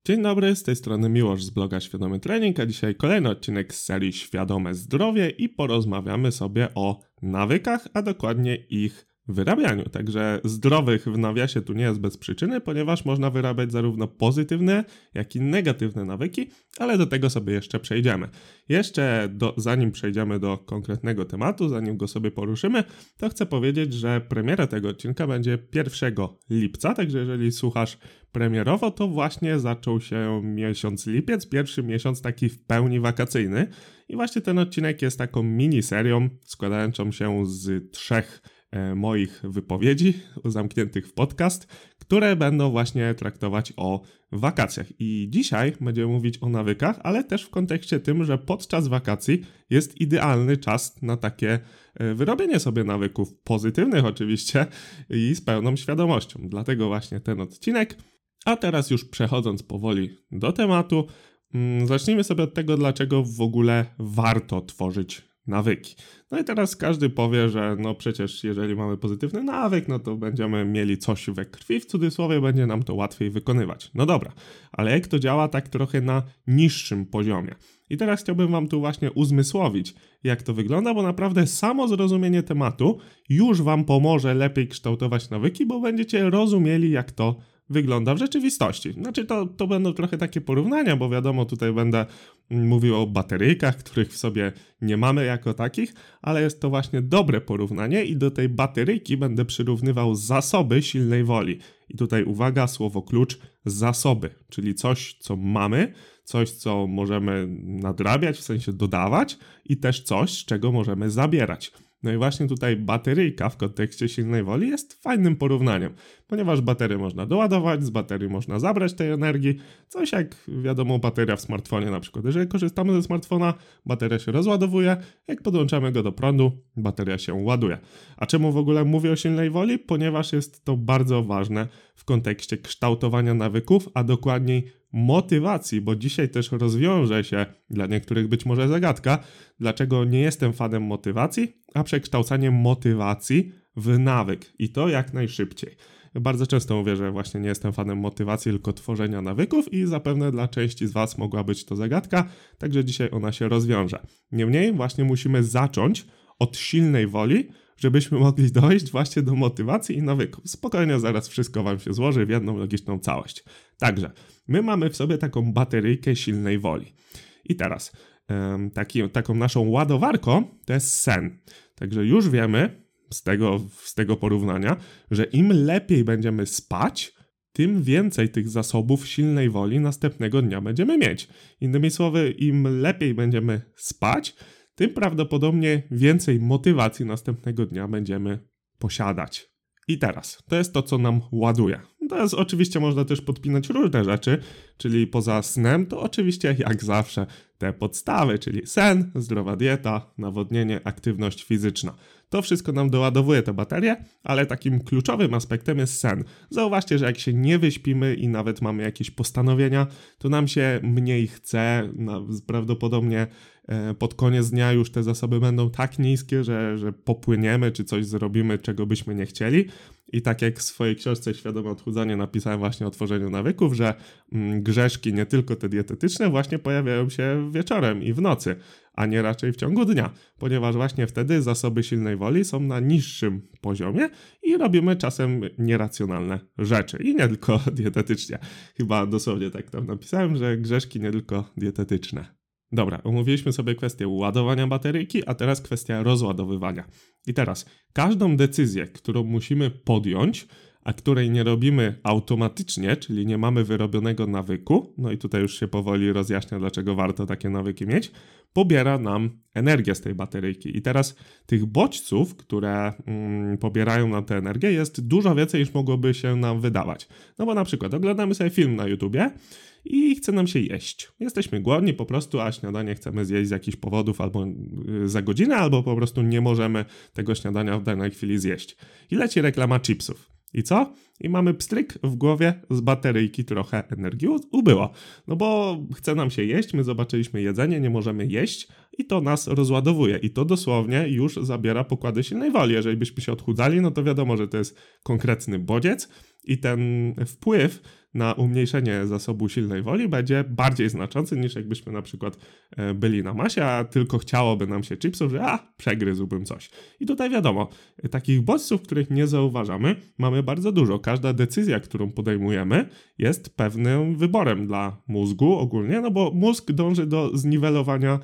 Dzień dobry, z tej strony Miłosz z bloga Świadomy Trening, a dzisiaj kolejny odcinek z serii Świadome Zdrowie i porozmawiamy sobie o nawykach, a dokładnie ich wyrabianiu. Także zdrowych w nawiasie tu nie jest bez przyczyny, ponieważ można wyrabiać zarówno pozytywne, jak i negatywne nawyki, ale do tego sobie jeszcze przejdziemy. Zanim przejdziemy do konkretnego tematu, zanim go sobie poruszymy, to chcę powiedzieć, że premiera tego odcinka będzie 1 lipca, także jeżeli słuchasz premierowo, to właśnie zaczął się miesiąc lipiec, pierwszy miesiąc taki w pełni wakacyjny i właśnie ten odcinek jest taką miniserią składającą się z 3 moich wypowiedzi zamkniętych w podcast, które będą właśnie traktować o wakacjach. I dzisiaj będziemy mówić o nawykach, ale też w kontekście tym, że podczas wakacji jest idealny czas na takie wyrobienie sobie nawyków pozytywnych oczywiście i z pełną świadomością. Dlatego właśnie ten odcinek. A teraz już przechodząc powoli do tematu, zacznijmy sobie od tego, dlaczego w ogóle warto tworzyć nawyki. No i teraz każdy powie, że no przecież jeżeli mamy pozytywny nawyk, no to będziemy mieli coś we krwi, w cudzysłowie, będzie nam to łatwiej wykonywać. No dobra, ale jak to działa tak trochę na niższym poziomie? I teraz chciałbym wam tu właśnie uzmysłowić, jak to wygląda, bo naprawdę samo zrozumienie tematu już wam pomoże lepiej kształtować nawyki, bo będziecie rozumieli, jak to wygląda w rzeczywistości. Znaczy to będą trochę takie porównania, bo wiadomo, tutaj będę mówił o bateryjkach, których w sobie nie mamy jako takich, ale jest to właśnie dobre porównanie i do tej bateryjki będę przyrównywał zasoby silnej woli. I tutaj uwaga, słowo klucz, zasoby, czyli coś, co mamy, coś, co możemy nadrabiać, w sensie dodawać i też coś, z czego możemy zabierać. No i właśnie tutaj bateryjka w kontekście silnej woli jest fajnym porównaniem, ponieważ baterię można doładować, z baterii można zabrać tej energii, coś jak wiadomo bateria w smartfonie na przykład. Jeżeli korzystamy ze smartfona, bateria się rozładowuje, jak podłączamy go do prądu, bateria się ładuje. A czemu w ogóle mówię o silnej woli? Ponieważ jest to bardzo ważne w kontekście kształtowania nawyków, a dokładniej motywacji, bo dzisiaj też rozwiąże się dla niektórych być może zagadka, dlaczego nie jestem fanem motywacji, a przekształcanie motywacji w nawyk i to jak najszybciej. Bardzo często mówię, że właśnie nie jestem fanem motywacji, tylko tworzenia nawyków i zapewne dla części z was mogła być to zagadka, także dzisiaj ona się rozwiąże. Niemniej właśnie musimy zacząć od silnej woli, żebyśmy mogli dojść właśnie do motywacji i nawyków. Spokojnie, zaraz wszystko wam się złoży w jedną logiczną całość. Także my mamy w sobie taką bateryjkę silnej woli. I teraz taką naszą ładowarką to jest sen. Także już wiemy z tego porównania, że im lepiej będziemy spać, tym więcej tych zasobów silnej woli następnego dnia będziemy mieć. Innymi słowy, im lepiej będziemy spać, tym prawdopodobnie więcej motywacji następnego dnia będziemy posiadać. I teraz, to jest to, co nam ładuje. Teraz oczywiście można też podpinać różne rzeczy, czyli poza snem to oczywiście jak zawsze te podstawy, czyli sen, zdrowa dieta, nawodnienie, aktywność fizyczna. To wszystko nam doładowuje te baterie, ale takim kluczowym aspektem jest sen. Zauważcie, że jak się nie wyśpimy i nawet mamy jakieś postanowienia, to nam się mniej chce, prawdopodobnie pod koniec dnia już te zasoby będą tak niskie, że popłyniemy czy coś zrobimy, czego byśmy nie chcieli. I tak jak w swojej książce Świadome Odchudzanie napisałem właśnie o tworzeniu nawyków, że grzeszki, nie tylko te dietetyczne, właśnie pojawiają się wieczorem i w nocy, a nie raczej w ciągu dnia, ponieważ właśnie wtedy zasoby silnej woli są na niższym poziomie i robimy czasem nieracjonalne rzeczy. I nie tylko dietetycznie. Chyba dosłownie tak tam napisałem, że grzeszki nie tylko dietetyczne. Dobra, omówiliśmy sobie kwestię ładowania bateryjki, a teraz kwestia rozładowywania. I teraz każdą decyzję, którą musimy podjąć, a której nie robimy automatycznie, czyli nie mamy wyrobionego nawyku, no i tutaj już się powoli rozjaśnia, dlaczego warto takie nawyki mieć, pobiera nam energię z tej bateryjki. I teraz tych bodźców, które pobierają nam tę energię, jest dużo więcej niż mogłoby się nam wydawać. No bo na przykład oglądamy sobie film na YouTubie i chce nam się jeść. Jesteśmy głodni po prostu, a śniadanie chcemy zjeść z jakichś powodów albo za godzinę, albo po prostu nie możemy tego śniadania w danej chwili zjeść. I leci reklama chipsów. I co? I mamy pstryk w głowie, z bateryjki trochę energii ubyło. No bo chce nam się jeść, my zobaczyliśmy jedzenie, nie możemy jeść i to nas rozładowuje. I to dosłownie już zabiera pokłady silnej woli. Jeżeli byśmy się odchudzali, no to wiadomo, że to jest konkretny bodziec i ten wpływ na umniejszenie zasobu silnej woli będzie bardziej znaczący niż jakbyśmy na przykład byli na masie, a tylko chciałoby nam się chipsów, że przegryzłbym coś. I tutaj wiadomo, takich bodźców, których nie zauważamy, mamy bardzo dużo. Każda decyzja, którą podejmujemy, jest pewnym wyborem dla mózgu ogólnie, no bo mózg dąży do zniwelowania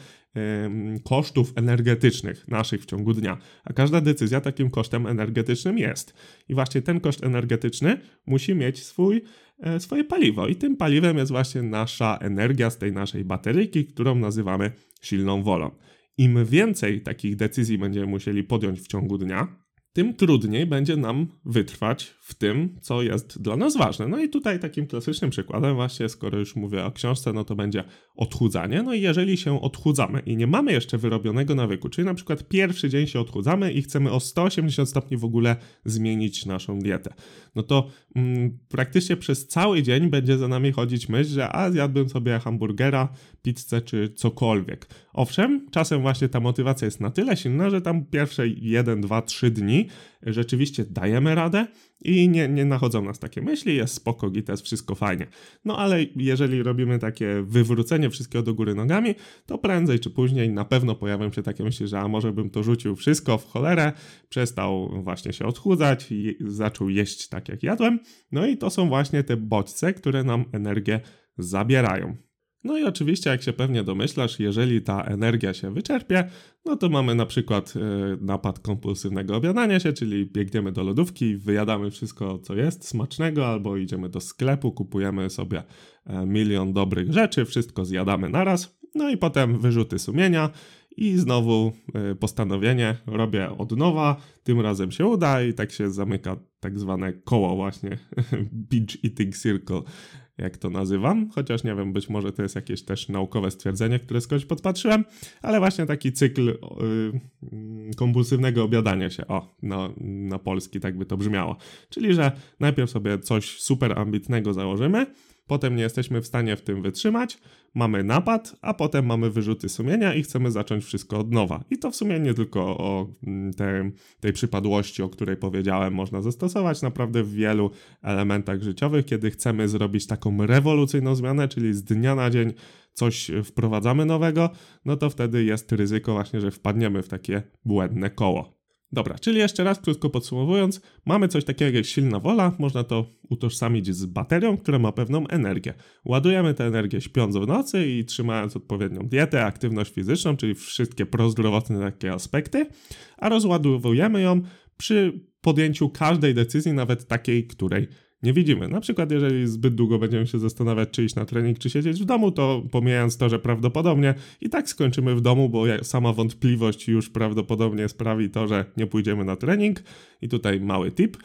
kosztów energetycznych naszych w ciągu dnia, a każda decyzja takim kosztem energetycznym jest. I właśnie ten koszt energetyczny musi mieć swoje paliwo i tym paliwem jest właśnie nasza energia z tej naszej bateryjki, którą nazywamy silną wolą. Im więcej takich decyzji będziemy musieli podjąć w ciągu dnia, tym trudniej będzie nam wytrwać w tym, co jest dla nas ważne. No i tutaj takim klasycznym przykładem właśnie, skoro już mówię o książce, no to będzie odchudzanie. No i jeżeli się odchudzamy i nie mamy jeszcze wyrobionego nawyku, czyli na przykład pierwszy dzień się odchudzamy i chcemy o 180 stopni w ogóle zmienić naszą dietę, no to praktycznie przez cały dzień będzie za nami chodzić myśl, że zjadłbym sobie hamburgera, pizzę czy cokolwiek. Owszem, czasem właśnie ta motywacja jest na tyle silna, że tam pierwsze 1, 2, 3 dni rzeczywiście dajemy radę i nie nachodzą nas takie myśli, jest spoko, gites, wszystko fajnie. No ale jeżeli robimy takie wywrócenie wszystkiego do góry nogami, to prędzej czy później na pewno pojawią się takie myśli, że może bym to rzucił wszystko w cholerę, przestał właśnie się odchudzać i zaczął jeść tak jak jadłem. No i to są właśnie te bodźce, które nam energię zabierają. No i oczywiście, jak się pewnie domyślasz, jeżeli ta energia się wyczerpie, no to mamy na przykład napad kompulsywnego obiadania się, czyli biegniemy do lodówki, wyjadamy wszystko, co jest smacznego, albo idziemy do sklepu, kupujemy sobie milion dobrych rzeczy, wszystko zjadamy naraz, no i potem wyrzuty sumienia i znowu postanowienie, robię od nowa, tym razem się uda i tak się zamyka tak zwane koło właśnie, binge eating circle, jak to nazywam, chociaż nie wiem, być może to jest jakieś też naukowe stwierdzenie, które skądś podpatrzyłem, ale właśnie taki cykl kompulsywnego obiadania się, na polski tak by to brzmiało. Czyli, że najpierw sobie coś super ambitnego założymy, potem nie jesteśmy w stanie w tym wytrzymać, mamy napad, a potem mamy wyrzuty sumienia i chcemy zacząć wszystko od nowa. I to w sumie nie tylko o tej przypadłości, o której powiedziałem, można zastosować naprawdę w wielu elementach życiowych, kiedy chcemy zrobić taką rewolucyjną zmianę, czyli z dnia na dzień coś wprowadzamy nowego, no to wtedy jest ryzyko właśnie, że wpadniemy w takie błędne koło. Dobra, czyli jeszcze raz krótko podsumowując, mamy coś takiego jak silna wola, można to utożsamić z baterią, która ma pewną energię. Ładujemy tę energię śpiąc w nocy i trzymając odpowiednią dietę, aktywność fizyczną, czyli wszystkie prozdrowotne takie aspekty, a rozładowujemy ją przy podjęciu każdej decyzji, nawet takiej, której nie widzimy. Na przykład jeżeli zbyt długo będziemy się zastanawiać, czy iść na trening, czy siedzieć w domu, to pomijając to, że prawdopodobnie i tak skończymy w domu, bo sama wątpliwość już prawdopodobnie sprawi to, że nie pójdziemy na trening. I tutaj mały tip.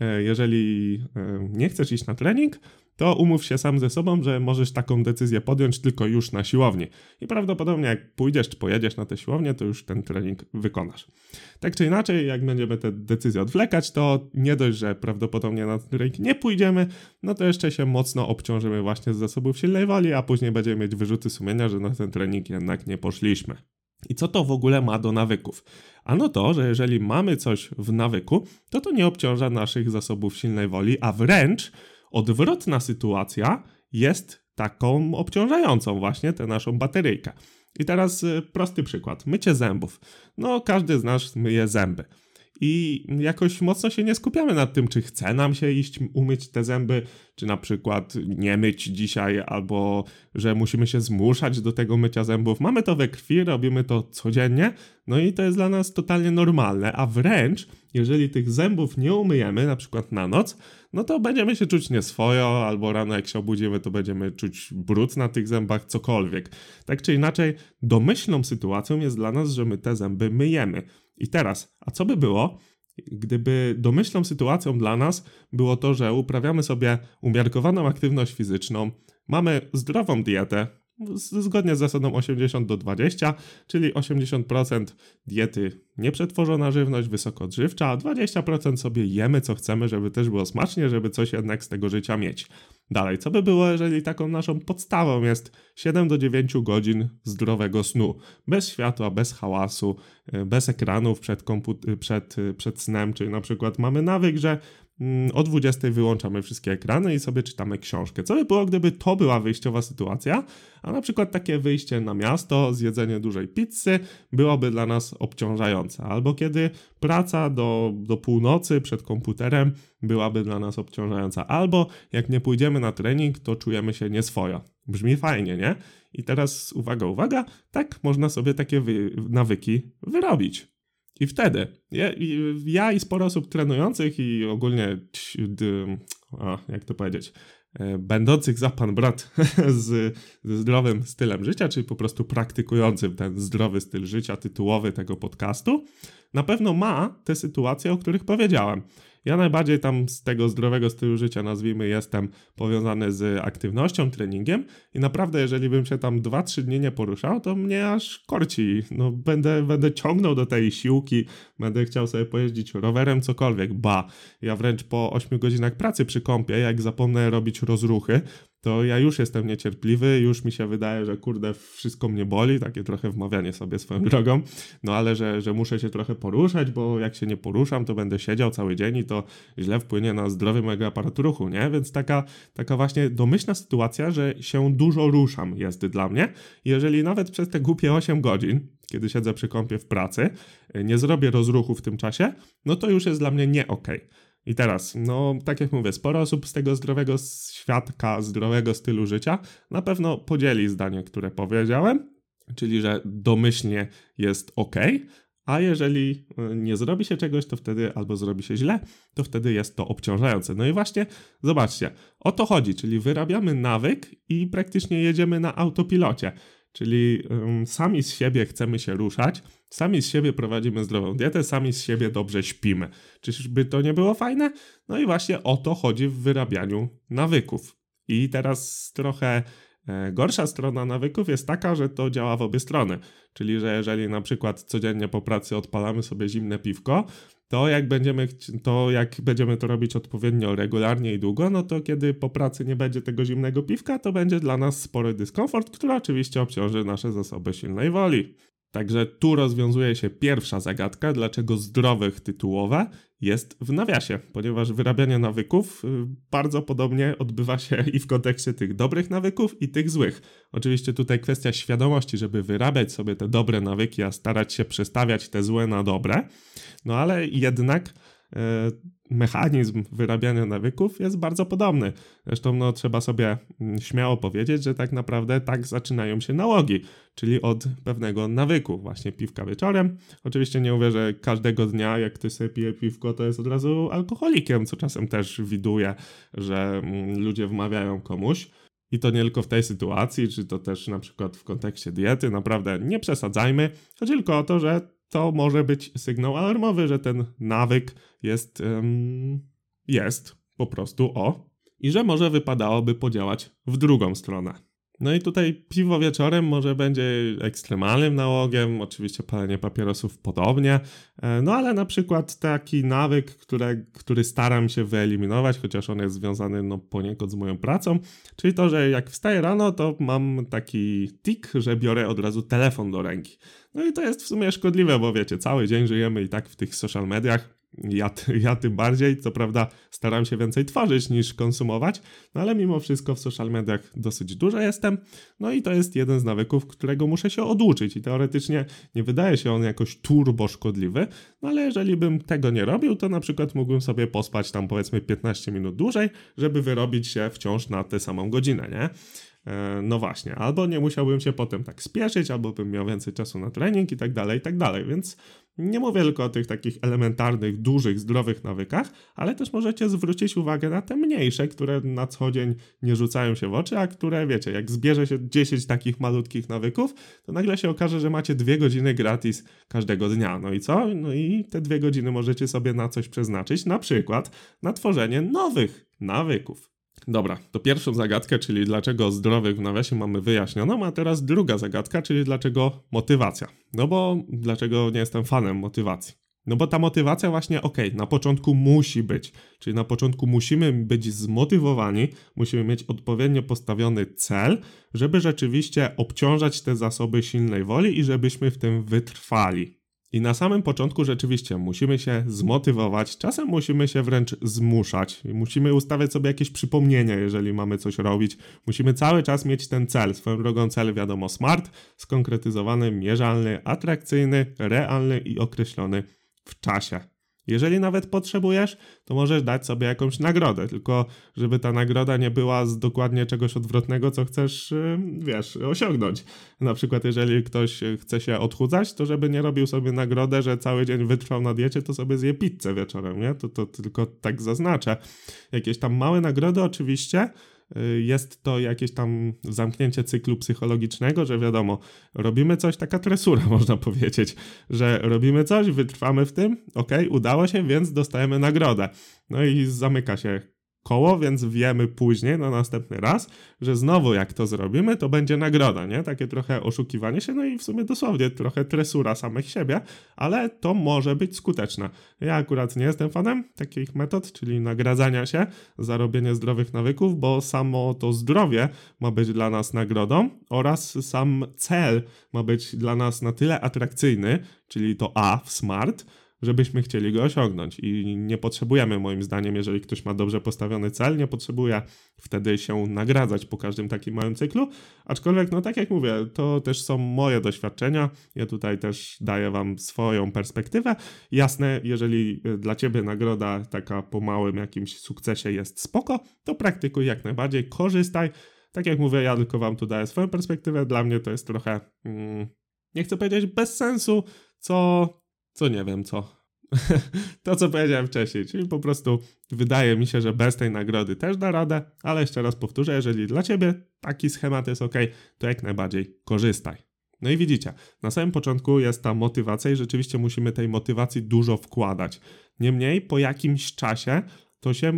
Jeżeli nie chcesz iść na trening, to umów się sam ze sobą, że możesz taką decyzję podjąć tylko już na siłowni. I prawdopodobnie jak pójdziesz czy pojedziesz na tę siłownię, to już ten trening wykonasz. Tak czy inaczej, jak będziemy tę decyzję odwlekać, to nie dość, że prawdopodobnie na ten trening nie pójdziemy, no to jeszcze się mocno obciążymy właśnie z zasobów silnej woli, a później będziemy mieć wyrzuty sumienia, że na ten trening jednak nie poszliśmy. I co to w ogóle ma do nawyków? Ano to, że jeżeli mamy coś w nawyku, to nie obciąża naszych zasobów silnej woli, a wręcz odwrotna sytuacja jest taką obciążającą właśnie tę naszą bateryjkę. I teraz prosty przykład. Mycie zębów. No każdy z nas myje zęby. I jakoś mocno się nie skupiamy nad tym, czy chce nam się iść umyć te zęby, czy na przykład nie myć dzisiaj, albo że musimy się zmuszać do tego mycia zębów. Mamy to we krwi, robimy to codziennie, no i to jest dla nas totalnie normalne, a wręcz jeżeli tych zębów nie umyjemy, na przykład na noc, no to będziemy się czuć nieswojo, albo rano jak się obudzimy, to będziemy czuć brud na tych zębach, cokolwiek. Tak czy inaczej, domyślną sytuacją jest dla nas, że my te zęby myjemy. I teraz, a co by było, gdyby domyślną sytuacją dla nas było to, że uprawiamy sobie umiarkowaną aktywność fizyczną, mamy zdrową dietę, zgodnie z zasadą 80-20, czyli 80% diety nieprzetworzona żywność, wysokoodżywcza, a 20% sobie jemy co chcemy, żeby też było smacznie, żeby coś jednak z tego życia mieć. Dalej, co by było, jeżeli taką naszą podstawą jest 7 do 9 godzin zdrowego snu, bez światła, bez hałasu, bez ekranów przed snem, czyli na przykład mamy nawyk, że o 20 wyłączamy wszystkie ekrany i sobie czytamy książkę. Co by było, gdyby to była wyjściowa sytuacja, a na przykład takie wyjście na miasto, zjedzenie dużej pizzy byłoby dla nas obciążające, albo kiedy praca do północy przed komputerem byłaby dla nas obciążająca, albo jak nie pójdziemy na trening, to czujemy się nieswojo. Brzmi fajnie, nie? I teraz uwaga, tak można sobie takie nawyki wyrobić. I wtedy ja i sporo osób trenujących i ogólnie jak to powiedzieć, będących za pan brat ze zdrowym stylem życia, czyli po prostu praktykującym ten zdrowy styl życia tytułowy tego podcastu, na pewno ma te sytuacje, o których powiedziałem. Ja najbardziej tam z tego zdrowego stylu życia, nazwijmy, jestem powiązany z aktywnością, treningiem i naprawdę, jeżeli bym się tam 2-3 dni nie poruszał, to mnie aż korci. No, będę ciągnął do tej siłki, będę chciał sobie pojeździć rowerem, cokolwiek. Ja wręcz po 8 godzinach pracy przy kąpie, jak zapomnę robić rozruchy, to ja już jestem niecierpliwy, już mi się wydaje, że kurde, wszystko mnie boli, takie trochę wmawianie sobie swoją drogą, no ale że muszę się trochę poruszać, bo jak się nie poruszam, to będę siedział cały dzień i to źle wpłynie na zdrowie mojego aparatu ruchu, nie? Więc taka właśnie domyślna sytuacja, że się dużo ruszam jest dla mnie. Jeżeli nawet przez te głupie 8 godzin, kiedy siedzę przy kąpie w pracy, nie zrobię rozruchu w tym czasie, no to już jest dla mnie nie okej. I teraz, no tak jak mówię, sporo osób z tego zdrowego świadka, zdrowego stylu życia na pewno podzieli zdanie, które powiedziałem, czyli że domyślnie jest ok, a jeżeli nie zrobi się czegoś, to wtedy albo zrobi się źle, to wtedy jest to obciążające. No i właśnie, zobaczcie, o to chodzi, czyli wyrabiamy nawyk i praktycznie jedziemy na autopilocie. Czyli sami z siebie chcemy się ruszać, sami z siebie prowadzimy zdrową dietę, sami z siebie dobrze śpimy. Czyżby to nie było fajne? No i właśnie o to chodzi w wyrabianiu nawyków. I teraz trochę gorsza strona nawyków jest taka, że to działa w obie strony. Czyli, że jeżeli na przykład codziennie po pracy odpalamy sobie zimne piwko, to jak będziemy to robić odpowiednio regularnie i długo, no to kiedy po pracy nie będzie tego zimnego piwka, to będzie dla nas spory dyskomfort, który oczywiście obciąży nasze zasoby silnej woli. Także tu rozwiązuje się pierwsza zagadka, dlaczego zdrowych tytułowe jest w nawiasie, ponieważ wyrabianie nawyków bardzo podobnie odbywa się i w kontekście tych dobrych nawyków i tych złych. Oczywiście tutaj kwestia świadomości, żeby wyrabiać sobie te dobre nawyki, a starać się przestawiać te złe na dobre, no ale jednak mechanizm wyrabiania nawyków jest bardzo podobny. Zresztą trzeba sobie śmiało powiedzieć, że tak naprawdę tak zaczynają się nałogi, czyli od pewnego nawyku, właśnie piwka wieczorem. Oczywiście nie mówię, że każdego dnia jak ktoś sobie pije piwko, to jest od razu alkoholikiem, co czasem też widuję, że ludzie wmawiają komuś. I to nie tylko w tej sytuacji, czy to też na przykład w kontekście diety, naprawdę nie przesadzajmy. Chodzi tylko o to, że to może być sygnał alarmowy, że ten nawyk jest po prostu i że może wypadałoby podziałać w drugą stronę. No i tutaj piwo wieczorem może będzie ekstremalnym nałogiem, oczywiście palenie papierosów podobnie, no ale na przykład taki nawyk, który staram się wyeliminować, chociaż on jest związany poniekąd z moją pracą, czyli to, że jak wstaję rano, to mam taki tik, że biorę od razu telefon do ręki. No i to jest w sumie szkodliwe, bo wiecie, cały dzień żyjemy i tak w tych social mediach, ja tym bardziej, co prawda staram się więcej tworzyć niż konsumować, no ale mimo wszystko w social mediach dosyć dużo jestem, no i to jest jeden z nawyków, którego muszę się oduczyć i teoretycznie nie wydaje się on jakoś turbo szkodliwy, no ale jeżeli bym tego nie robił, to na przykład mógłbym sobie pospać tam powiedzmy 15 minut dłużej, żeby wyrobić się wciąż na tę samą godzinę, nie? No właśnie, albo nie musiałbym się potem tak spieszyć, albo bym miał więcej czasu na trening i tak dalej, więc nie mówię tylko o tych takich elementarnych, dużych, zdrowych nawykach, ale też możecie zwrócić uwagę na te mniejsze, które na co dzień nie rzucają się w oczy, a które, wiecie, jak zbierze się 10 takich malutkich nawyków, to nagle się okaże, że macie 2 godziny gratis każdego dnia. No i co? No i te 2 godziny możecie sobie na coś przeznaczyć, na przykład na tworzenie nowych nawyków. Dobra, to pierwszą zagadkę, czyli dlaczego zdrowych w nawiasie mamy wyjaśnioną, a teraz druga zagadka, czyli dlaczego motywacja. No bo dlaczego nie jestem fanem motywacji? No bo ta motywacja właśnie, na początku musi być, czyli na początku musimy być zmotywowani, musimy mieć odpowiednio postawiony cel, żeby rzeczywiście obciążać te zasoby silnej woli i żebyśmy w tym wytrwali. I na samym początku rzeczywiście musimy się zmotywować, czasem musimy się wręcz zmuszać. Musimy ustawiać sobie jakieś przypomnienia, jeżeli mamy coś robić. Musimy cały czas mieć ten cel. Swoją drogą cel wiadomo smart, skonkretyzowany, mierzalny, atrakcyjny, realny i określony w czasie. Jeżeli nawet potrzebujesz, to możesz dać sobie jakąś nagrodę, tylko żeby ta nagroda nie była z dokładnie czegoś odwrotnego, co chcesz, osiągnąć. Na przykład jeżeli ktoś chce się odchudzać, to żeby nie robił sobie nagrodę, że cały dzień wytrwał na diecie, to sobie zje pizzę wieczorem, nie? To tylko tak zaznaczę. Jakieś tam małe nagrody oczywiście. Jest to jakieś tam zamknięcie cyklu psychologicznego, że wiadomo, robimy coś, taka tresura można powiedzieć, że robimy coś, wytrwamy w tym, udało się, więc dostajemy nagrodę. No i zamyka się koło, więc wiemy później, na następny raz, że znowu jak to zrobimy, to będzie nagroda, nie? Takie trochę oszukiwanie się, no i w sumie dosłownie trochę tresura samych siebie, ale to może być skuteczne. Ja akurat nie jestem fanem takich metod, czyli nagradzania się za robienie zdrowych nawyków, bo samo to zdrowie ma być dla nas nagrodą oraz sam cel ma być dla nas na tyle atrakcyjny, czyli to A w SMART, żebyśmy chcieli go osiągnąć i nie potrzebujemy, moim zdaniem, jeżeli ktoś ma dobrze postawiony cel, nie potrzebuje wtedy się nagradzać po każdym takim małym cyklu, aczkolwiek, no tak jak mówię, to też są moje doświadczenia, ja tutaj też daję wam swoją perspektywę. Jasne, jeżeli dla ciebie nagroda taka po małym jakimś sukcesie jest spoko, to praktykuj jak najbardziej, korzystaj. Tak jak mówię, ja tylko wam tu daję swoją perspektywę, dla mnie to jest trochę, nie chcę powiedzieć bez sensu, co nie wiem co. To, co powiedziałem wcześniej, czyli po prostu wydaje mi się, że bez tej nagrody też da radę, ale jeszcze raz powtórzę, jeżeli dla ciebie taki schemat jest ok, to jak najbardziej korzystaj. No i widzicie, na samym początku jest ta motywacja i rzeczywiście musimy tej motywacji dużo wkładać. Niemniej po jakimś czasie to się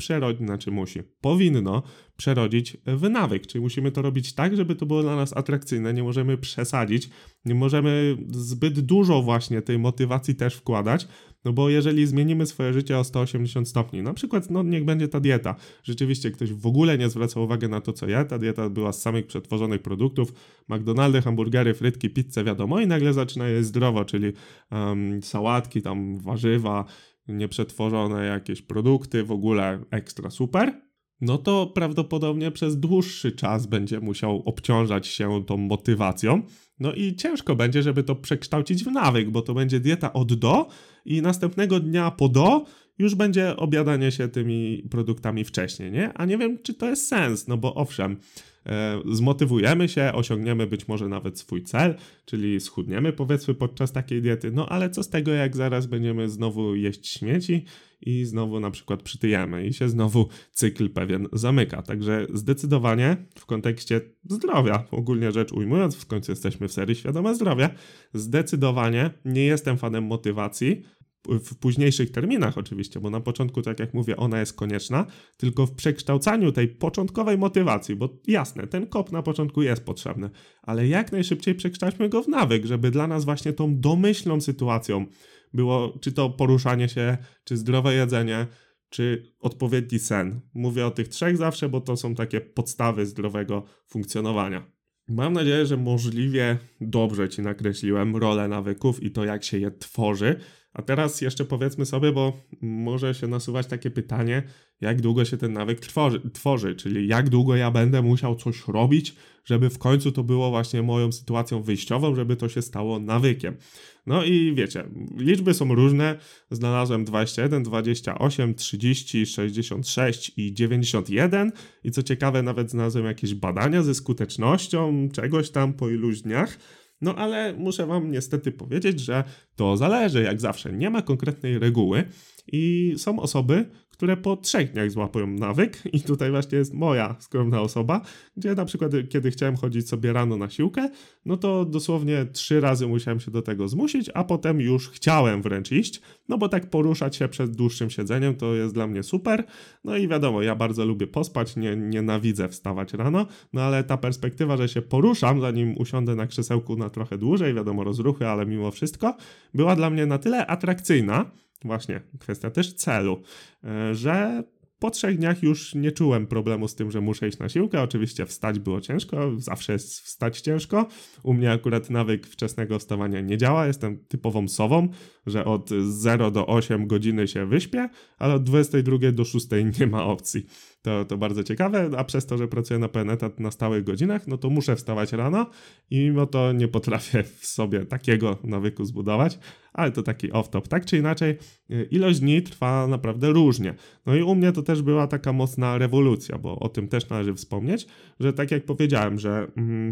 powinno przerodzić w nawyk, czyli musimy to robić tak, żeby to było dla nas atrakcyjne, nie możemy przesadzić, nie możemy zbyt dużo właśnie tej motywacji też wkładać, no bo jeżeli zmienimy swoje życie o 180 stopni, na przykład, no niech będzie ta dieta, rzeczywiście ktoś w ogóle nie zwraca uwagi na to, co je, ta dieta była z samych przetworzonych produktów, McDonaldy, hamburgery, frytki, pizzę, wiadomo, i nagle zaczyna jeść zdrowo, czyli sałatki, tam warzywa, nieprzetworzone jakieś produkty, w ogóle ekstra super, no to prawdopodobnie przez dłuższy czas będzie musiał obciążać się tą motywacją. No i ciężko będzie, żeby to przekształcić w nawyk, bo to będzie dieta od do i następnego dnia po do już będzie obiadanie się tymi produktami wcześniej, nie? A nie wiem, czy to jest sens, no bo owszem, zmotywujemy się, osiągniemy być może nawet swój cel, czyli schudniemy powiedzmy podczas takiej diety, no ale co z tego, jak zaraz będziemy znowu jeść śmieci i znowu na przykład przytyjemy i się znowu cykl pewien zamyka. Także zdecydowanie w kontekście zdrowia, ogólnie rzecz ujmując, w końcu jesteśmy w serii Świadome Zdrowie, zdecydowanie nie jestem fanem motywacji, w późniejszych terminach oczywiście, bo na początku, tak jak mówię, ona jest konieczna, tylko w przekształcaniu tej początkowej motywacji, bo jasne, ten kop na początku jest potrzebny, ale jak najszybciej przekształćmy go w nawyk, żeby dla nas właśnie tą domyślną sytuacją było czy to poruszanie się, czy zdrowe jedzenie, czy odpowiedni sen. Mówię o tych trzech zawsze, bo to są takie podstawy zdrowego funkcjonowania. Mam nadzieję, że możliwie dobrze Ci nakreśliłem rolę nawyków i to, jak się je tworzy. A teraz jeszcze powiedzmy sobie, bo może się nasuwać takie pytanie, jak długo się ten nawyk tworzy, czyli jak długo ja będę musiał coś robić, żeby w końcu to było właśnie moją sytuacją wyjściową, żeby to się stało nawykiem. No i wiecie, liczby są różne, znalazłem 21, 28, 30, 66 i 91 i co ciekawe nawet znalazłem jakieś badania ze skutecznością czegoś tam po iluś dniach. No ale muszę wam niestety powiedzieć, że to zależy, jak zawsze. Nie ma konkretnej reguły i są osoby, które po 3 dniach złapują nawyk i tutaj właśnie jest moja skromna osoba, gdzie na przykład kiedy chciałem chodzić sobie rano na siłkę, no to dosłownie 3 razy musiałem się do tego zmusić, a potem już chciałem wręcz iść, no bo tak poruszać się przed dłuższym siedzeniem to jest dla mnie super, no i wiadomo, ja bardzo lubię pospać, nienawidzę wstawać rano, no ale ta perspektywa, że się poruszam, zanim usiądę na krzesełku na trochę dłużej, wiadomo, rozruchy, ale mimo wszystko, była dla mnie na tyle atrakcyjna, właśnie kwestia też celu, że po 3 dniach już nie czułem problemu z tym, że muszę iść na siłkę. Oczywiście wstać było ciężko, zawsze jest wstać ciężko. U mnie akurat nawyk wczesnego wstawania nie działa, jestem typową sową, że od 0 do 8 godziny się wyśpię, ale od 22 do 6 nie ma opcji. To bardzo ciekawe, a przez to, że pracuję na pełen etat na stałych godzinach, no to muszę wstawać rano i mimo to nie potrafię w sobie takiego nawyku zbudować, ale to taki off-top. Tak czy inaczej, ilość dni trwa naprawdę różnie. No i u mnie to też była taka mocna rewolucja, bo o tym też należy wspomnieć, że tak jak powiedziałem, że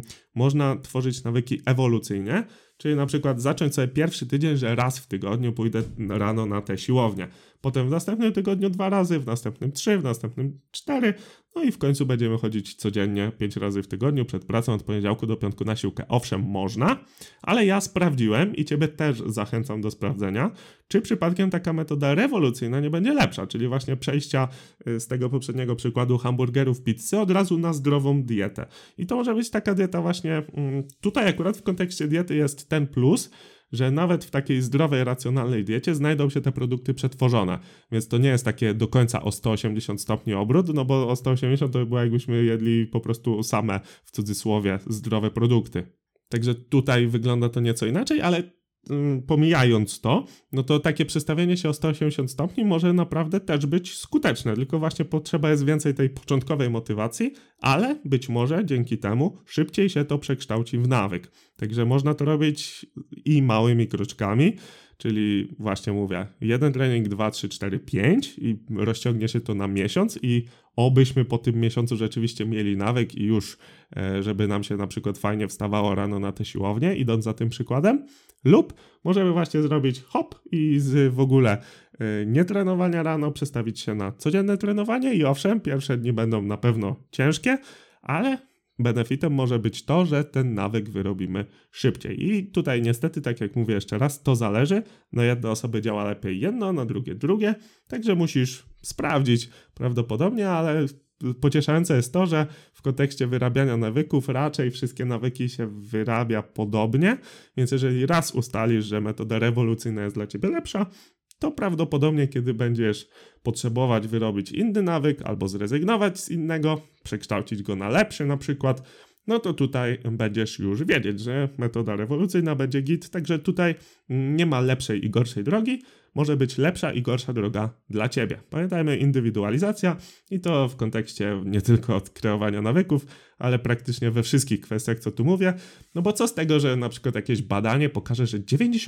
można tworzyć nawyki ewolucyjnie, czyli na przykład zacząć sobie pierwszy tydzień, że raz w tygodniu pójdę rano na tę siłownię. Potem w następnym tygodniu 2 razy, w następnym 3, w następnym 4, no i w końcu będziemy chodzić codziennie 5 razy w tygodniu przed pracą od poniedziałku do piątku na siłkę. Owszem, można, ale ja sprawdziłem i ciebie też zachęcam do sprawdzenia, czy przypadkiem taka metoda rewolucyjna nie będzie lepsza, czyli właśnie przejścia z tego poprzedniego przykładu hamburgerów, pizzy od razu na zdrową dietę. I to może być taka dieta właśnie, tutaj akurat w kontekście diety jest ten plus, że nawet w takiej zdrowej, racjonalnej diecie znajdą się te produkty przetworzone, więc to nie jest takie do końca o 180 stopni obrót, no bo o 180 to by było jakbyśmy jedli po prostu same, w cudzysłowie, zdrowe produkty. Także tutaj wygląda to nieco inaczej, ale pomijając to, no to takie przestawienie się o 180 stopni może naprawdę też być skuteczne, tylko właśnie potrzeba jest więcej tej początkowej motywacji, ale być może dzięki temu szybciej się to przekształci w nawyk. Także można to robić i małymi kroczkami, czyli właśnie mówię, 1 trening, 2, 3, 4, 5 i rozciągnie się to na miesiąc i obyśmy po tym miesiącu rzeczywiście mieli nawyk i już, żeby nam się na przykład fajnie wstawało rano na tę siłownię, idąc za tym przykładem, lub możemy właśnie zrobić hop i z w ogóle nietrenowania rano przestawić się na codzienne trenowanie i owszem, pierwsze dni będą na pewno ciężkie, ale benefitem może być to, że ten nawyk wyrobimy szybciej. I tutaj niestety, tak jak mówię jeszcze raz, to zależy. Na jedne osoby działa lepiej jedno, na drugie. Także musisz sprawdzić prawdopodobnie, ale pocieszające jest to, że w kontekście wyrabiania nawyków raczej wszystkie nawyki się wyrabia podobnie. Więc jeżeli raz ustalisz, że metoda rewolucyjna jest dla ciebie lepsza, to prawdopodobnie, kiedy będziesz potrzebować wyrobić inny nawyk albo zrezygnować z innego, przekształcić go na lepszy na przykład, no to tutaj będziesz już wiedzieć, że metoda rewolucyjna będzie git, także tutaj nie ma lepszej i gorszej drogi, może być lepsza i gorsza droga dla ciebie. Pamiętajmy, indywidualizacja i to w kontekście nie tylko od kreowania nawyków, ale praktycznie we wszystkich kwestiach, co tu mówię, no bo co z tego, że na przykład jakieś badanie pokaże, że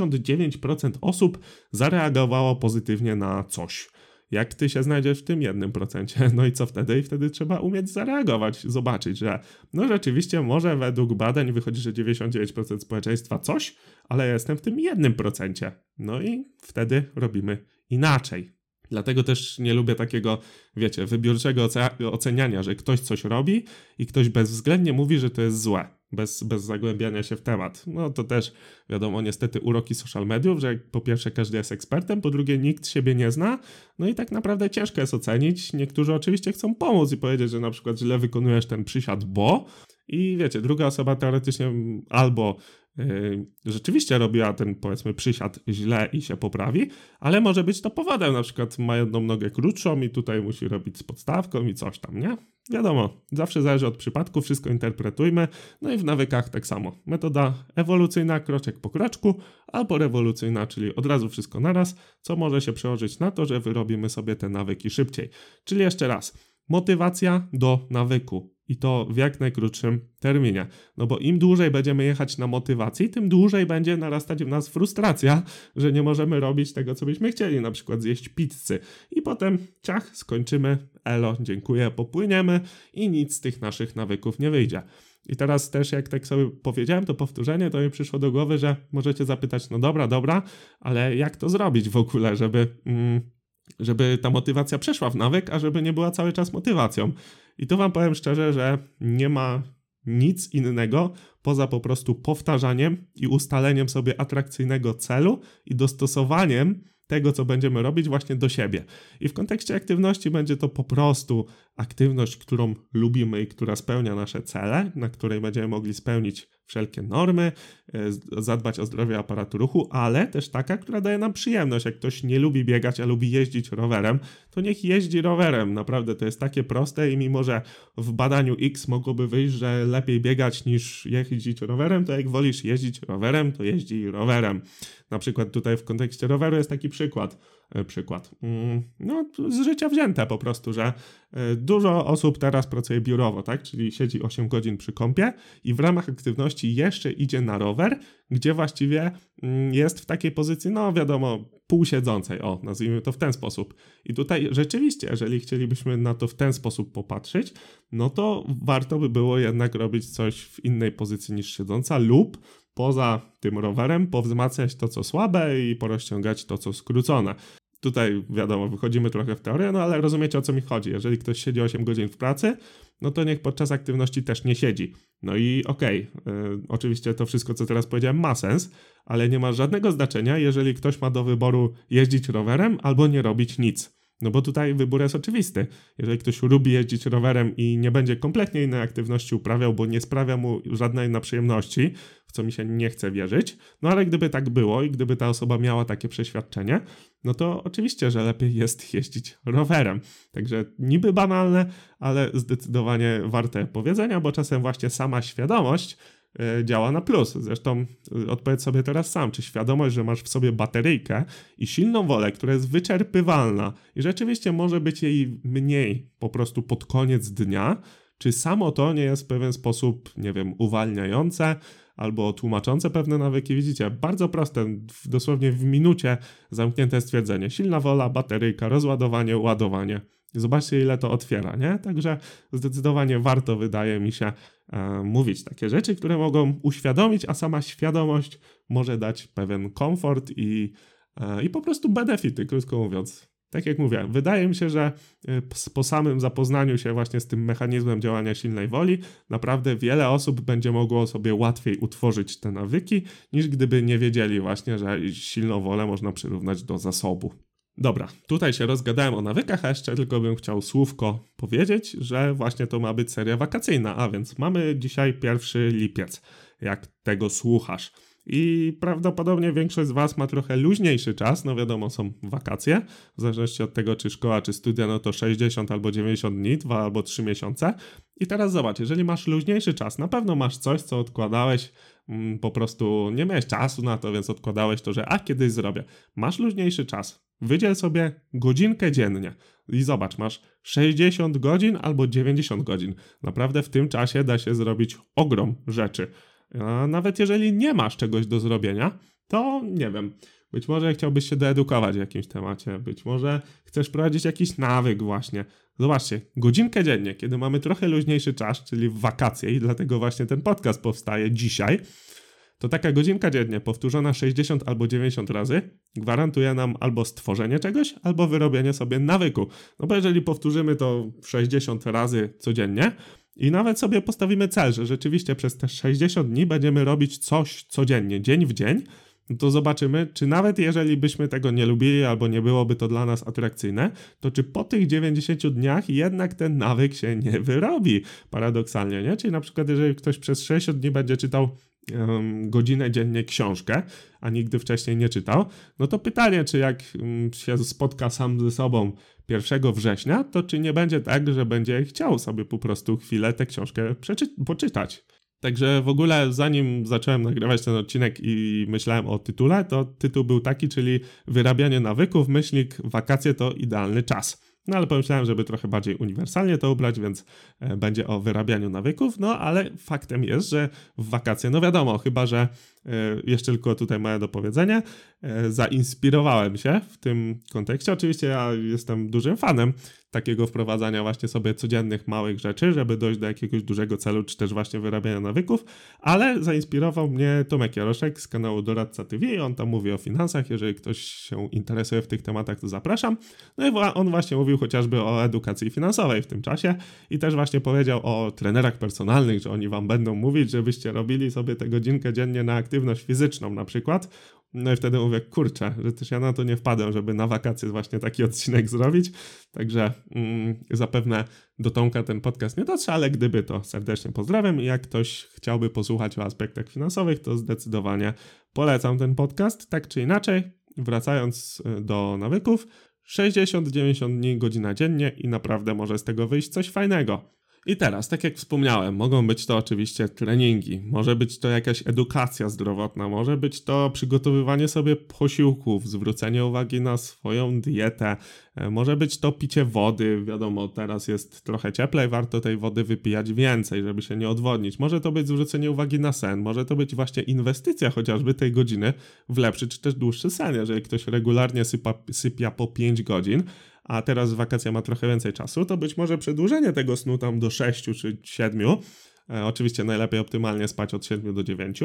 99% osób zareagowało pozytywnie na coś. Jak ty się znajdziesz w tym 1%? No i co wtedy? I wtedy trzeba umieć zareagować, zobaczyć, że no rzeczywiście może według badań wychodzi, że 99% społeczeństwa coś, ale ja jestem w tym 1%. No i wtedy robimy inaczej. Dlatego też nie lubię takiego, wiecie, wybiórczego oceniania, że ktoś coś robi i ktoś bezwzględnie mówi, że to jest złe, bez zagłębiania się w temat. No to też, wiadomo, niestety uroki social mediów, że po pierwsze każdy jest ekspertem, po drugie nikt siebie nie zna, no i tak naprawdę ciężko jest ocenić. Niektórzy oczywiście chcą pomóc i powiedzieć, że na przykład źle wykonujesz ten przysiad, bo... I wiecie, druga osoba teoretycznie albo rzeczywiście robiła ten, powiedzmy, przysiad źle i się poprawi, ale może być to powodem, na przykład ma jedną nogę krótszą i tutaj musi robić z podstawką i coś tam, nie? Wiadomo, zawsze zależy od przypadku, wszystko interpretujmy, no i w nawykach tak samo. Metoda ewolucyjna, kroczek po kroczku, albo rewolucyjna, czyli od razu wszystko naraz, co może się przełożyć na to, że wyrobimy sobie te nawyki szybciej. Czyli jeszcze raz, motywacja do nawyku. I to w jak najkrótszym terminie. No bo im dłużej będziemy jechać na motywacji, tym dłużej będzie narastać w nas frustracja, że nie możemy robić tego, co byśmy chcieli, na przykład zjeść pizzy. I potem ciach, skończymy, elo, dziękuję, popłyniemy i nic z tych naszych nawyków nie wyjdzie. I teraz też jak tak sobie powiedziałem, to powtórzenie, to mi przyszło do głowy, że możecie zapytać, no dobra, ale jak to zrobić w ogóle, żeby ta motywacja przeszła w nawyk, a żeby nie była cały czas motywacją. I tu wam powiem szczerze, że nie ma nic innego poza po prostu powtarzaniem i ustaleniem sobie atrakcyjnego celu i dostosowaniem tego, co będziemy robić właśnie do siebie. I w kontekście aktywności będzie to po prostu aktywność, którą lubimy i która spełnia nasze cele, na której będziemy mogli spełnić wszelkie normy, zadbać o zdrowie aparatu ruchu, ale też taka, która daje nam przyjemność. Jak ktoś nie lubi biegać, a lubi jeździć rowerem, to niech jeździ rowerem. Naprawdę to jest takie proste i mimo, że w badaniu X mogłoby wyjść, że lepiej biegać niż jeździć rowerem, to jak wolisz jeździć rowerem, to jeździ rowerem. Na przykład tutaj w kontekście roweru jest taki przykład, z życia wzięte po prostu, że dużo osób teraz pracuje biurowo, tak? Czyli siedzi 8 godzin przy kompie i w ramach aktywności jeszcze idzie na rower, gdzie właściwie jest w takiej pozycji, półsiedzącej, nazwijmy to w ten sposób. I tutaj rzeczywiście, jeżeli chcielibyśmy na to w ten sposób popatrzeć, no to warto by było jednak robić coś w innej pozycji niż siedząca lub poza tym rowerem powzmacniać to, co słabe i porozciągać to, co skrócone. Tutaj wiadomo, wychodzimy trochę w teorię, ale rozumiecie, o co mi chodzi. Jeżeli ktoś siedzi 8 godzin w pracy, no to niech podczas aktywności też nie siedzi. No i oczywiście to wszystko, co teraz powiedziałem, ma sens, ale nie ma żadnego znaczenia, jeżeli ktoś ma do wyboru jeździć rowerem albo nie robić nic. No bo tutaj wybór jest oczywisty. Jeżeli ktoś lubi jeździć rowerem i nie będzie kompletnie innej aktywności uprawiał, bo nie sprawia mu żadnej na przyjemności, w co mi się nie chce wierzyć, no ale gdyby tak było i gdyby ta osoba miała takie przeświadczenie, no to oczywiście, że lepiej jest jeździć rowerem. Także niby banalne, ale zdecydowanie warte powiedzenia, bo czasem właśnie sama świadomość działa na plus. Zresztą odpowiedz sobie teraz sam, czy świadomość, że masz w sobie bateryjkę i silną wolę, która jest wyczerpywalna i rzeczywiście może być jej mniej po prostu pod koniec dnia, czy samo to nie jest w pewien sposób, uwalniające albo tłumaczące pewne nawyki. Widzicie, bardzo proste, dosłownie w minucie zamknięte stwierdzenie. Silna wola, bateryjka, rozładowanie, ładowanie. Zobaczcie, ile to otwiera, nie? Także zdecydowanie warto, wydaje mi się, mówić takie rzeczy, które mogą uświadomić, a sama świadomość może dać pewien komfort i po prostu benefity, krótko mówiąc. Tak jak mówię, wydaje mi się, że po samym zapoznaniu się właśnie z tym mechanizmem działania silnej woli, naprawdę wiele osób będzie mogło sobie łatwiej utworzyć te nawyki, niż gdyby nie wiedzieli właśnie, że silną wolę można przyrównać do zasobu. Dobra, tutaj się rozgadałem o nawykach, a jeszcze tylko bym chciał słówko powiedzieć, że właśnie to ma być seria wakacyjna, a więc mamy dzisiaj 1 lipiec, jak tego słuchasz. I prawdopodobnie większość z was ma trochę luźniejszy czas, no wiadomo, są wakacje, w zależności od tego, czy szkoła, czy studia, no to 60 albo 90 dni, 2 albo 3 miesiące. I teraz zobacz, jeżeli masz luźniejszy czas, na pewno masz coś, co odkładałeś, po prostu nie miałeś czasu na to, więc odkładałeś to, że kiedyś zrobię. Masz luźniejszy czas, wydziel sobie godzinkę dziennie i zobacz, masz 60 godzin albo 90 godzin. Naprawdę w tym czasie da się zrobić ogrom rzeczy. A nawet jeżeli nie masz czegoś do zrobienia, to nie wiem, być może chciałbyś się doedukować w jakimś temacie, być może chcesz prowadzić jakiś nawyk właśnie. Zobaczcie, godzinkę dziennie, kiedy mamy trochę luźniejszy czas, czyli w wakacje i dlatego właśnie ten podcast powstaje dzisiaj, to taka godzinka dziennie powtórzona 60 albo 90 razy gwarantuje nam albo stworzenie czegoś, albo wyrobienie sobie nawyku. No bo jeżeli powtórzymy to 60 razy codziennie i nawet sobie postawimy cel, że rzeczywiście przez te 60 dni będziemy robić coś codziennie, dzień w dzień, no to zobaczymy, czy nawet jeżeli byśmy tego nie lubili albo nie byłoby to dla nas atrakcyjne, to czy po tych 90 dniach jednak ten nawyk się nie wyrobi, paradoksalnie, nie? Czyli na przykład jeżeli ktoś przez 60 dni będzie czytał godzinę dziennie książkę, a nigdy wcześniej nie czytał, no to pytanie, czy jak się spotka sam ze sobą 1 września, to czy nie będzie tak, że będzie chciał sobie po prostu chwilę tę książkę poczytać. Także w ogóle zanim zacząłem nagrywać ten odcinek i myślałem o tytule, to tytuł był taki, czyli wyrabianie nawyków, wakacje to idealny czas. No ale pomyślałem, żeby trochę bardziej uniwersalnie to ubrać, więc będzie o wyrabianiu nawyków, no ale faktem jest, że w wakacje, no wiadomo, chyba że jeszcze tylko tutaj małe dopowiedzenie, zainspirowałem się w tym kontekście. Oczywiście ja jestem dużym fanem takiego wprowadzania właśnie sobie codziennych małych rzeczy, żeby dojść do jakiegoś dużego celu, czy też właśnie wyrabiania nawyków, ale zainspirował mnie Tomek Jaroszek z kanału Doradca TV i on tam mówi o finansach, jeżeli ktoś się interesuje w tych tematach, to zapraszam. No i on właśnie mówił chociażby o edukacji finansowej w tym czasie i też właśnie powiedział o trenerach personalnych, że oni wam będą mówić, żebyście robili sobie tę godzinkę dziennie na aktywność aktywność fizyczną na przykład. No i wtedy mówię, kurczę, że też ja na to nie wpadłem, żeby na wakacje właśnie taki odcinek zrobić. Także zapewne do Tomka ten podcast nie dotrze, ale gdyby, to serdecznie pozdrawiam. I jak ktoś chciałby posłuchać o aspektach finansowych, to zdecydowanie polecam ten podcast. Tak czy inaczej, wracając do nawyków, 60-90 dni, godzina dziennie i naprawdę może z tego wyjść coś fajnego. I teraz, tak jak wspomniałem, mogą być to oczywiście treningi, może być to jakaś edukacja zdrowotna, może być to przygotowywanie sobie posiłków, zwrócenie uwagi na swoją dietę, może być to picie wody, wiadomo, teraz jest trochę cieplej, warto tej wody wypijać więcej, żeby się nie odwodnić. Może to być zwrócenie uwagi na sen, może to być właśnie inwestycja chociażby tej godziny w lepszy czy też dłuższy sen, jeżeli ktoś regularnie sypia po 5 godzin, a teraz w wakacje ma trochę więcej czasu, to być może przedłużenie tego snu tam do 6 czy 7, oczywiście najlepiej optymalnie spać od 7 do 9,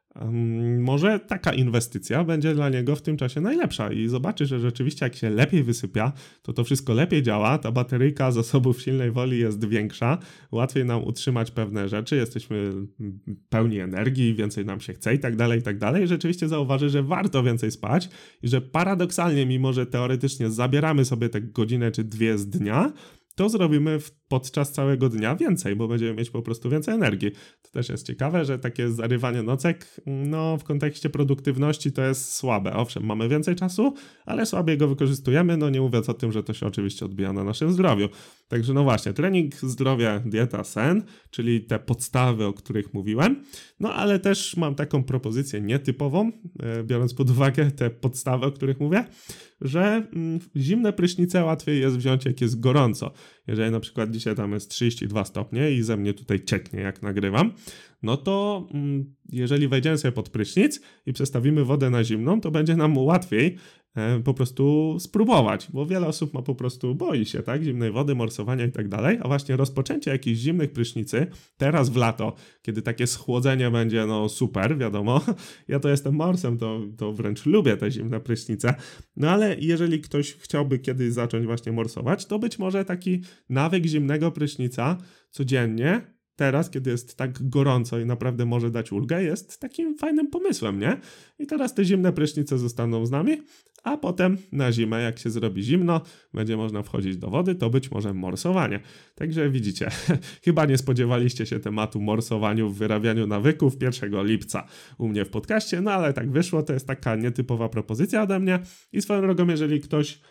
może taka inwestycja będzie dla niego w tym czasie najlepsza i zobaczy, że rzeczywiście jak się lepiej wysypia, to wszystko lepiej działa, ta bateryjka zasobów silnej woli jest większa, łatwiej nam utrzymać pewne rzeczy, jesteśmy pełni energii, więcej nam się chce i tak dalej, rzeczywiście zauważy, że warto więcej spać i że paradoksalnie, mimo że teoretycznie zabieramy sobie te godzinę czy 2 z dnia, to zrobimy podczas całego dnia więcej, bo będziemy mieć po prostu więcej energii. To też jest ciekawe, że takie zarywanie nocek, no w kontekście produktywności to jest słabe. Owszem, mamy więcej czasu, ale słabiej go wykorzystujemy, no nie mówiąc o tym, że to się oczywiście odbija na naszym zdrowiu. Także no właśnie, trening, zdrowie, dieta, sen, czyli te podstawy, o których mówiłem. No ale też mam taką propozycję nietypową, biorąc pod uwagę te podstawy, o których mówię, że zimne prysznice łatwiej jest wziąć, jak jest gorąco. Jeżeli na przykład dzisiaj tam jest 32 stopnie i ze mnie tutaj cieknie, jak nagrywam, no to jeżeli wejdziemy sobie pod prysznic i przestawimy wodę na zimną, to będzie nam łatwiej po prostu spróbować, bo wiele osób po prostu boi się, tak, zimnej wody, morsowania i tak dalej, a właśnie rozpoczęcie jakichś zimnych prysznicy, teraz w lato, kiedy takie schłodzenie będzie, no super, wiadomo, ja to jestem morsem, to wręcz lubię te zimne prysznice, no ale jeżeli ktoś chciałby kiedyś zacząć właśnie morsować, to być może taki nawyk zimnego prysznica codziennie, teraz, kiedy jest tak gorąco i naprawdę może dać ulgę, jest takim fajnym pomysłem, nie? I teraz te zimne prysznice zostaną z nami, a potem na zimę, jak się zrobi zimno, będzie można wchodzić do wody, to być może morsowanie. Także widzicie, chyba nie spodziewaliście się tematu morsowaniu w wyrabianiu nawyków 1 lipca u mnie w podcaście, no ale tak wyszło, to jest taka nietypowa propozycja ode mnie i swoją drogą, jeżeli ktoś,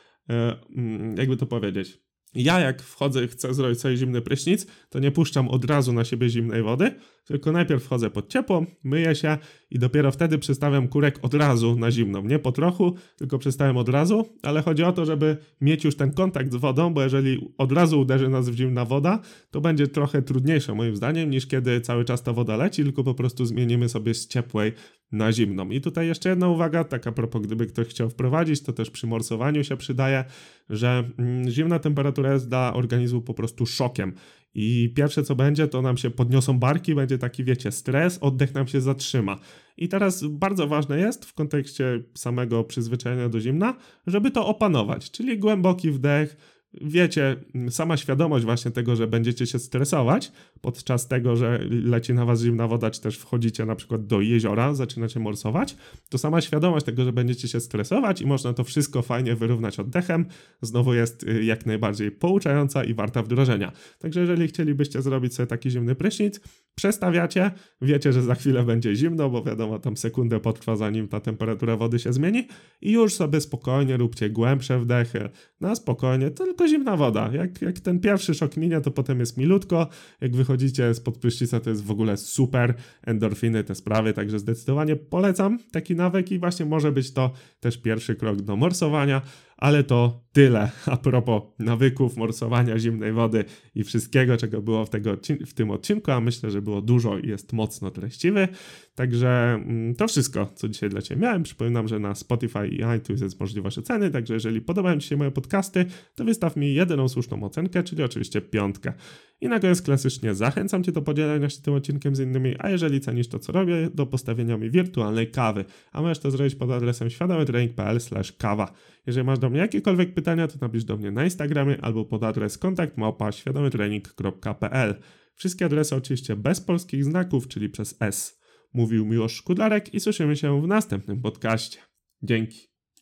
jakby to powiedzieć, ja jak wchodzę, chcę zrobić sobie zimny prysznic, to nie puszczam od razu na siebie zimnej wody, tylko najpierw wchodzę pod ciepło, myję się i dopiero wtedy przestawiam kurek od razu na zimną. Nie po trochu, tylko przestawiam od razu, ale chodzi o to, żeby mieć już ten kontakt z wodą, bo jeżeli od razu uderzy nas w zimna woda, to będzie trochę trudniejsze moim zdaniem, niż kiedy cały czas ta woda leci, tylko po prostu zmienimy sobie z ciepłej na zimną. I tutaj jeszcze jedna uwaga, taka propos, gdyby ktoś chciał wprowadzić, to też przy morsowaniu się przydaje, że zimna temperatura jest dla organizmu po prostu szokiem. I pierwsze co będzie, to nam się podniosą barki, będzie taki, wiecie, stres, oddech nam się zatrzyma. I teraz bardzo ważne jest w kontekście samego przyzwyczajenia do zimna, żeby to opanować, czyli głęboki wdech, wiecie, sama świadomość właśnie tego, że będziecie się stresować podczas tego, że leci na was zimna woda, czy też wchodzicie na przykład do jeziora, zaczynacie morsować, to sama świadomość tego, że będziecie się stresować i można to wszystko fajnie wyrównać oddechem, znowu jest jak najbardziej pouczająca i warta wdrożenia. Także jeżeli chcielibyście zrobić sobie taki zimny prysznic, przestawiacie, wiecie, że za chwilę będzie zimno, bo wiadomo, tam sekundę potrwa, zanim ta temperatura wody się zmieni i już sobie spokojnie róbcie głębsze wdechy, na spokojnie, tylko zimna woda. Jak ten pierwszy szok minie, to potem jest milutko, jak wychodzicie spod prysznica, to jest w ogóle super, endorfiny, te sprawy, także zdecydowanie polecam taki nawyk i właśnie może być to też pierwszy krok do morsowania, ale to tyle a propos nawyków, morsowania, zimnej wody i wszystkiego, czego było w tym odcinku, a myślę, że było dużo i jest mocno treściwy. Także to wszystko, co dzisiaj dla Ciebie miałem. Przypominam, że na Spotify i iTunes jest możliwość oceny, także jeżeli podobają Ci się moje podcasty, to wystaw mi jedyną słuszną ocenkę, czyli oczywiście 5. I na koniec klasycznie zachęcam Cię do podzielenia się tym odcinkiem z innymi, a jeżeli cenisz to, co robię, do postawienia mi wirtualnej kawy, a możesz to zrobić pod adresem świadomytrening.pl/kawa. Jeżeli masz do mnie jakiekolwiek pytania, to napisz do mnie na Instagramie albo pod adres kontakt@świadomytrening.pl. Wszystkie adresy oczywiście bez polskich znaków, czyli przez S. Mówił Miłosz Szkularek i słyszymy się w następnym podcaście. Dzięki.